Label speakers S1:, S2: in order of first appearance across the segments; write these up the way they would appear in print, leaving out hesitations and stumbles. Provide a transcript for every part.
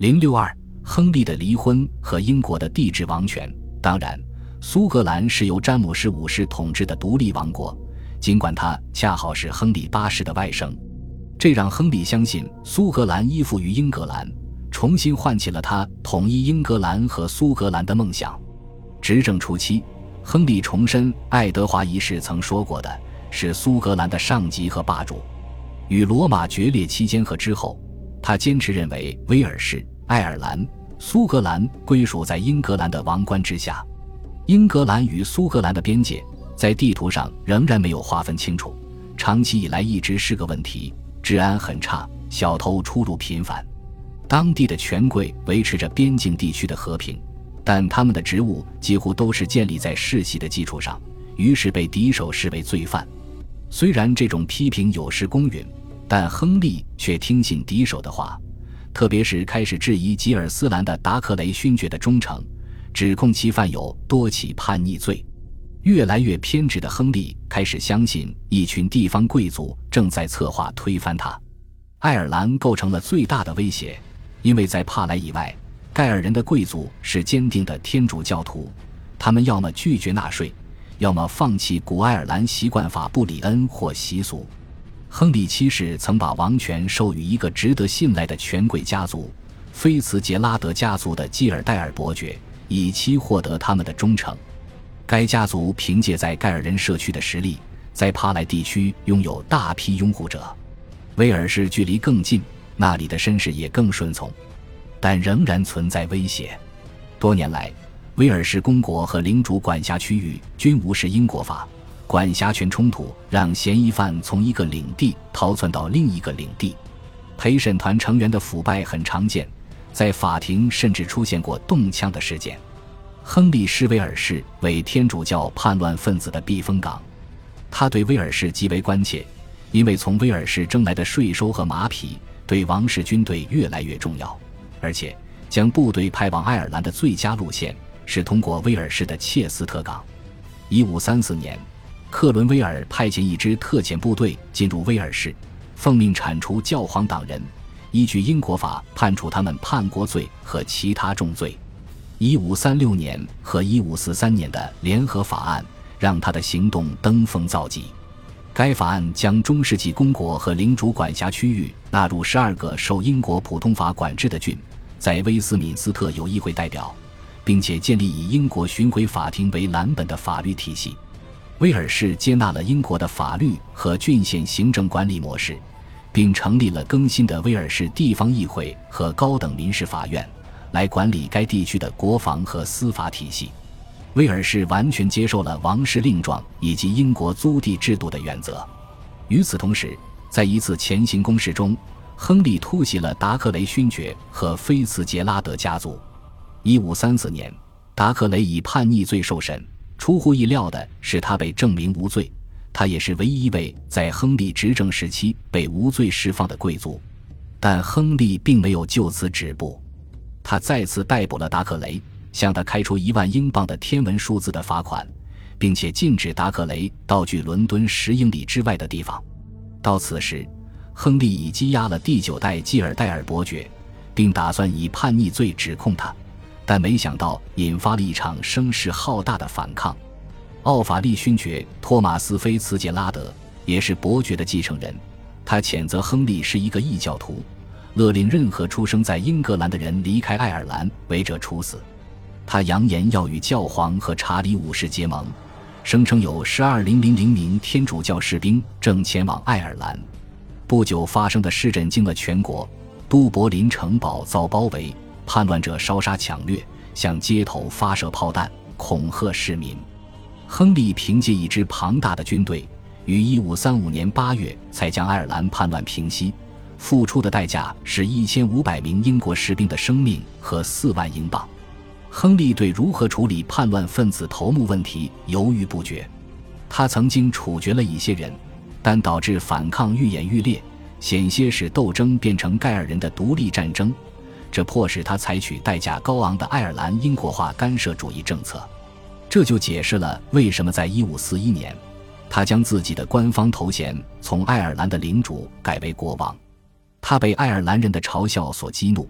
S1: 062亨利的离婚和英国的帝制王权。当然，苏格兰是由詹姆士5世统治的独立王国，尽管他恰好是亨利8世的外甥，这让亨利相信苏格兰依附于英格兰，重新唤起了他统一英格兰和苏格兰的梦想。执政初期，亨利重申爱德华一世曾说过的，是苏格兰的上级和霸主。与罗马决裂期间和之后，他坚持认为威尔士、爱尔兰、苏格兰归属在英格兰的王冠之下。英格兰与苏格兰的边界在地图上仍然没有划分清楚，长期以来一直是个问题，治安很差，小偷出入频繁。当地的权贵维持着边境地区的和平，但他们的职务几乎都是建立在世袭的基础上，于是被敌手视为罪犯。虽然这种批评有失公允，但亨利却听信敌手的话，特别是开始质疑吉尔斯兰的达克雷勋爵的忠诚，指控其犯有多起叛逆罪。越来越偏执的亨利开始相信一群地方贵族正在策划推翻他。爱尔兰构成了最大的威胁，因为在帕莱以外，盖尔人的贵族是坚定的天主教徒，他们要么拒绝纳税，要么放弃古爱尔兰习惯法布里恩或习俗。亨利7世曾把王权授予一个值得信赖的权贵家族——菲茨杰拉德家族的基尔戴尔伯爵，以期获得他们的忠诚。该家族凭借在盖尔人社区的实力，在帕莱地区拥有大批拥护者。威尔士距离更近，那里的绅士也更顺从，但仍然存在威胁。多年来，威尔士公国和领主管辖区域均无视英国法，管辖权冲突让嫌疑犯从一个领地逃窜到另一个领地。陪审团成员的腐败很常见，在法庭甚至出现过动枪的事件。亨利视威尔士为天主教叛乱分子的避风港，他对威尔士极为关切，因为从威尔士征来的税收和马匹对王室军队越来越重要，而且将部队派往爱尔兰的最佳路线是通过威尔士的切斯特港。1534年，克伦威尔派遣一支特遣部队进入威尔士，奉命铲除教皇党人，依据英国法判处他们叛国罪和其他重罪。1536年和1543年的联合法案让他的行动登峰造极。该法案将中世纪公国和领主管辖区域纳入12个受英国普通法管制的郡，在威斯敏斯特有议会代表，并且建立以英国巡回法庭为蓝本的法律体系。威尔士接纳了英国的法律和郡县行政管理模式，并成立了更新的威尔士地方议会和高等民事法院，来管理该地区的国防和司法体系。威尔士完全接受了王室令状以及英国租地制度的原则。与此同时，在一次前行攻势中，亨利突袭了达克雷勋爵和菲茨杰拉德家族。1534年，达克雷以叛逆罪受审，出乎意料的是他被证明无罪，他也是唯一一位在亨利执政时期被无罪释放的贵族。但亨利并没有就此止步，他再次逮捕了达克雷，向他开出1万英镑的天文数字的罚款，并且禁止达克雷到距伦敦10英里之外的地方。到此时，亨利已羁押了第9代基尔戴尔伯爵，并打算以叛逆罪指控他，但没想到引发了一场声势浩大的反抗。奥法利勋爵托马斯·菲茨杰拉德也是伯爵的继承人，他谴责亨利是一个异教徒，勒令任何出生在英格兰的人离开爱尔兰，违者处死。他扬言要与教皇和查理5世结盟，声称有12000名天主教士兵正前往爱尔兰。不久发生的事震惊了全国，都柏林城堡遭包围，叛乱者烧杀抢掠，向街头发射炮弹，恐吓市民。亨利凭借一支庞大的军队，于1535年8月才将爱尔兰叛乱平息，付出的代价是1500名英国士兵的生命和4万英镑。亨利对如何处理叛乱分子头目问题犹豫不决，他曾经处决了一些人，但导致反抗愈演愈烈，险些使斗争变成盖尔人的独立战争，这迫使他采取代价高昂的爱尔兰英国化干涉主义政策。这就解释了为什么在1541年，他将自己的官方头衔从爱尔兰的领主改为国王。他被爱尔兰人的嘲笑所激怒，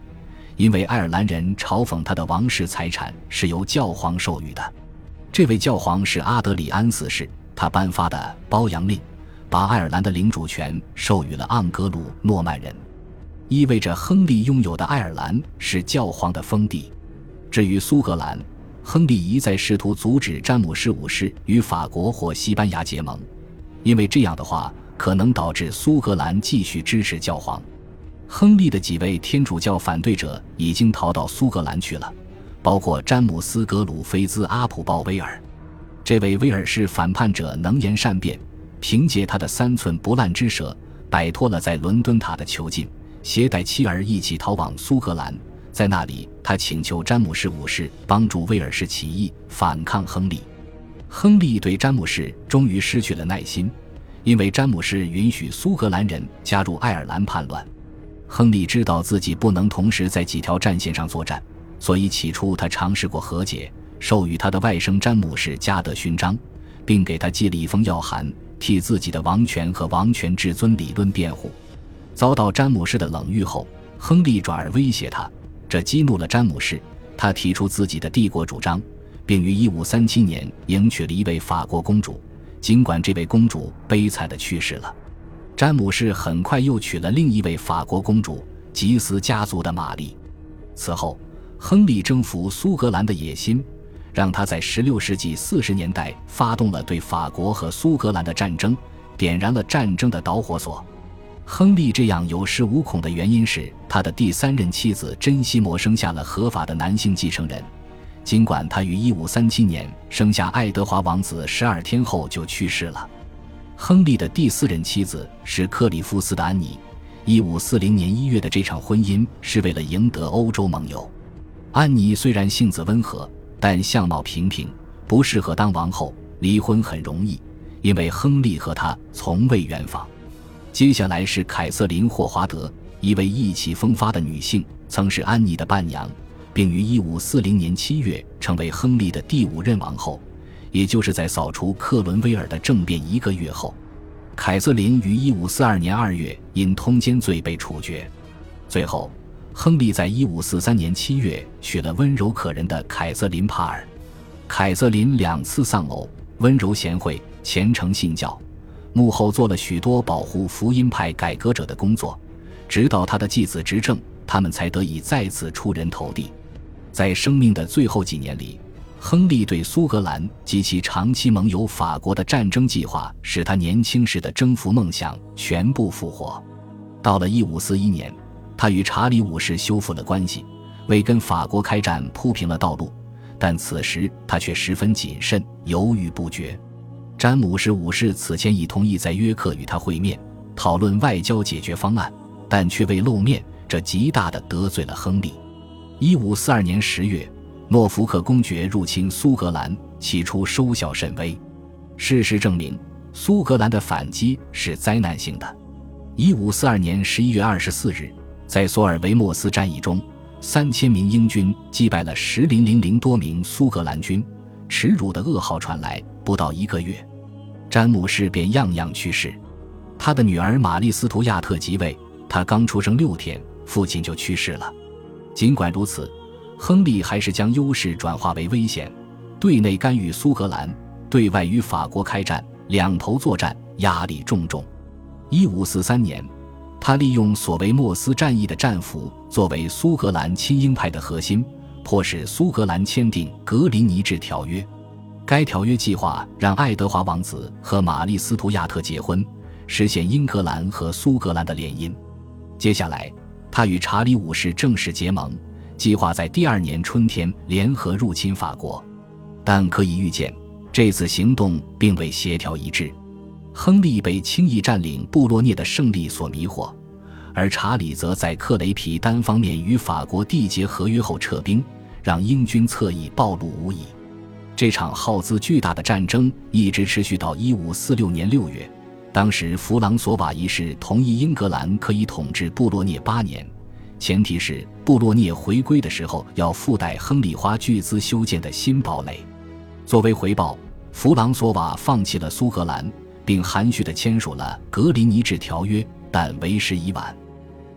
S1: 因为爱尔兰人嘲讽他的王室财产是由教皇授予的。这位教皇是阿德里安四世，他颁发的褒扬令把爱尔兰的领主权授予了盎格鲁诺曼人，意味着亨利拥有的爱尔兰是教皇的封地。至于苏格兰，亨利一再试图阻止詹姆士五世与法国或西班牙结盟，因为这样的话可能导致苏格兰继续支持教皇。亨利的几位天主教反对者已经逃到苏格兰去了，包括詹姆斯·格鲁菲兹·阿普鲍威尔。这位威尔士反叛者能言善辩，凭借他的3寸不烂之舌摆脱了在伦敦塔的囚禁，携带妻儿一起逃往苏格兰。在那里，他请求詹姆士五世帮助威尔士起义，反抗亨利。亨利对詹姆士终于失去了耐心，因为詹姆士允许苏格兰人加入爱尔兰叛乱。亨利知道自己不能同时在几条战线上作战，所以起初他尝试过和解，授予他的外甥詹姆士加德勋章，并给他寄了一封要函，替自己的王权和王权至尊理论辩护。遭到詹姆士的冷遇后，亨利转而威胁他，这激怒了詹姆士，他提出自己的帝国主张，并于1537年迎娶了一位法国公主，尽管这位公主悲惨地去世了。詹姆士很快又娶了另一位法国公主，吉斯家族的玛丽。此后，亨利征服苏格兰的野心让他在16世纪40年代发动了对法国和苏格兰的战争，点燃了战争的导火索。亨利这样有恃无恐的原因是他的第3任妻子珍西摩生下了合法的男性继承人，尽管他于1537年生下爱德华王子12天后就去世了。亨利的第4任妻子是克里夫斯的安妮，1540年1月的这场婚姻是为了赢得欧洲盟友。安妮虽然性子温和，但相貌平平，不适合当王后，离婚很容易，因为亨利和她从未圆房。接下来是凯瑟琳·霍华德，一位意气风发的女性，曾是安妮的伴娘，并于1540年7月成为亨利的第5任王后，也就是在扫除克伦威尔的政变1个月后。凯瑟琳于1542年2月因通奸罪被处决。最后，亨利在1543年7月娶了温柔可人的凯瑟琳·帕尔。凯瑟琳2次丧偶，温柔贤惠，虔诚信教，幕后做了许多保护福音派改革者的工作，直到他的继子执政，他们才得以再次出人头地。在生命的最后几年里，亨利对苏格兰及其长期盟友法国的战争计划使他年轻时的征服梦想全部复活。到了1541年，他与查理五世修复了关系，为跟法国开战铺平了道路，但此时他却十分谨慎，犹豫不决。詹姆士五世此前已同意在约克与他会面，讨论外交解决方案，但却未露面，这极大地得罪了亨利。1542年10月，诺福克公爵入侵苏格兰，起初收效甚微。事实证明，苏格兰的反击是灾难性的。1542年11月24日，在索尔维莫斯战役中，3000名英军击败了10,000多名苏格兰军，耻辱的噩耗传来，不到1个月，詹姆士便样样去世。他的女儿玛丽斯图亚特即位，他刚出生6天，父亲就去世了。尽管如此，亨利还是将优势转化为危险，对内干预苏格兰，对外与法国开战，两头作战，压力重重。1543年，他利用索维莫斯战役的战俘作为苏格兰亲英派的核心，迫使苏格兰签订格林尼治条约。该条约计划让爱德华王子和玛丽斯图亚特结婚，实现英格兰和苏格兰的联姻。接下来，他与查理五世正式结盟，计划在第2年春天联合入侵法国。但可以预见，这次行动并未协调一致。亨利被轻易占领布洛涅的胜利所迷惑，而查理则在克雷皮单方面与法国缔结合约后撤兵，让英军侧翼暴露无遗。这场耗资巨大的战争一直持续到1546年6月，当时弗朗索瓦一世同意英格兰可以统治布洛涅8年，前提是布洛涅回归的时候要附带亨利花巨资修建的新堡垒。作为回报，弗朗索瓦放弃了苏格兰，并含蓄地签署了格林尼治条约，但为时已晚。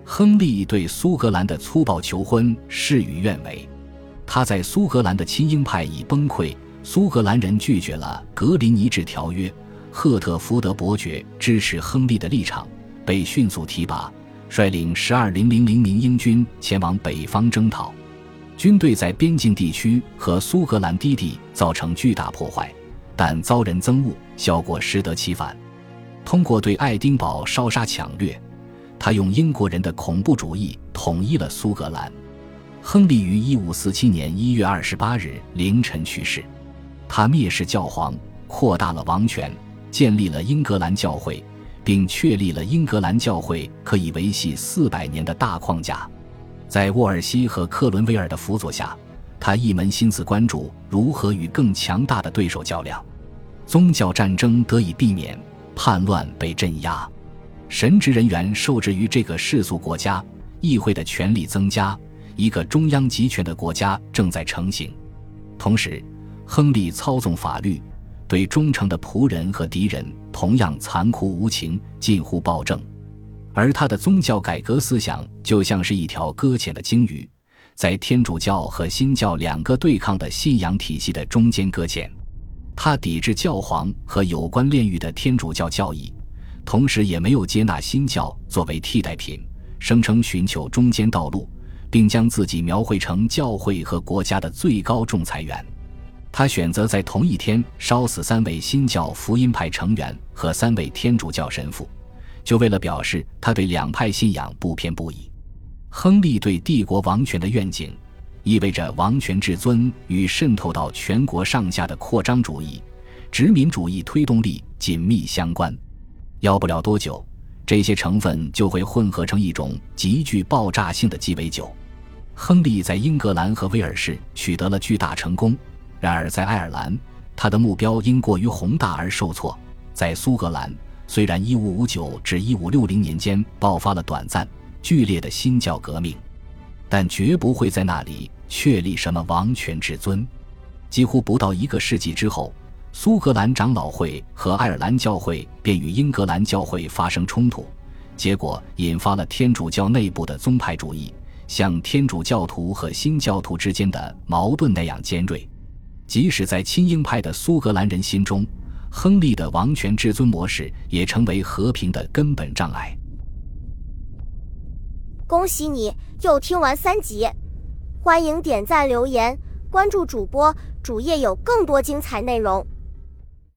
S1: 亨利对苏格兰的粗暴求婚事与愿违，他在苏格兰的亲英派已崩溃，苏格兰人拒绝了格林尼治条约，赫特福德伯爵支持亨利的立场，被迅速提拔，率领12,000名英军前往北方征讨。军队在边境地区和苏格兰低地造成巨大破坏，但遭人憎恶，效果适得其反。通过对爱丁堡烧杀抢掠，他用英国人的恐怖主义统一了苏格兰。亨利于1547年1月28日凌晨去世。他蔑视教皇，扩大了王权，建立了英格兰教会，并确立了英格兰教会可以维系400年的大框架。在沃尔西和克伦威尔的辅佐下，他一门心思关注如何与更强大的对手较量。宗教战争得以避免，叛乱被镇压，神职人员受制于这个世俗国家，议会的权力增加，一个中央集权的国家正在成型。同时，亨利操纵法律，对忠诚的仆人和敌人同样残酷无情，近乎暴政。而他的宗教改革思想就像是一条搁浅的鲸鱼，在天主教和新教两个对抗的信仰体系的中间搁浅。他抵制教皇和有关炼狱的天主教教义，同时也没有接纳新教作为替代品，声称寻求中间道路，并将自己描绘成教会和国家的最高仲裁员。他选择在同一天烧死3位新教福音派成员和3位天主教神父，就为了表示他对两派信仰不偏不倚。亨利对帝国王权的愿景，意味着王权至尊与渗透到全国上下的扩张主义、殖民主义推动力紧密相关。要不了多久，这些成分就会混合成一种极具爆炸性的鸡尾酒。亨利在英格兰和威尔士取得了巨大成功，然而在爱尔兰，他的目标因过于宏大而受挫。在苏格兰，虽然1559至1560年间爆发了短暂剧烈的新教革命，但绝不会在那里确立什么王权至尊。几乎不到1个世纪之后，苏格兰长老会和爱尔兰教会便与英格兰教会发生冲突，结果引发了天主教内部的宗派主义，像天主教徒和新教徒之间的矛盾那样尖锐。即使在亲英派的苏格兰人心中，亨利的王权至尊模式也成为和平的根本障碍。
S2: 恭喜你又听完3集，欢迎点赞留言，关注主播，主页有更多精彩内容。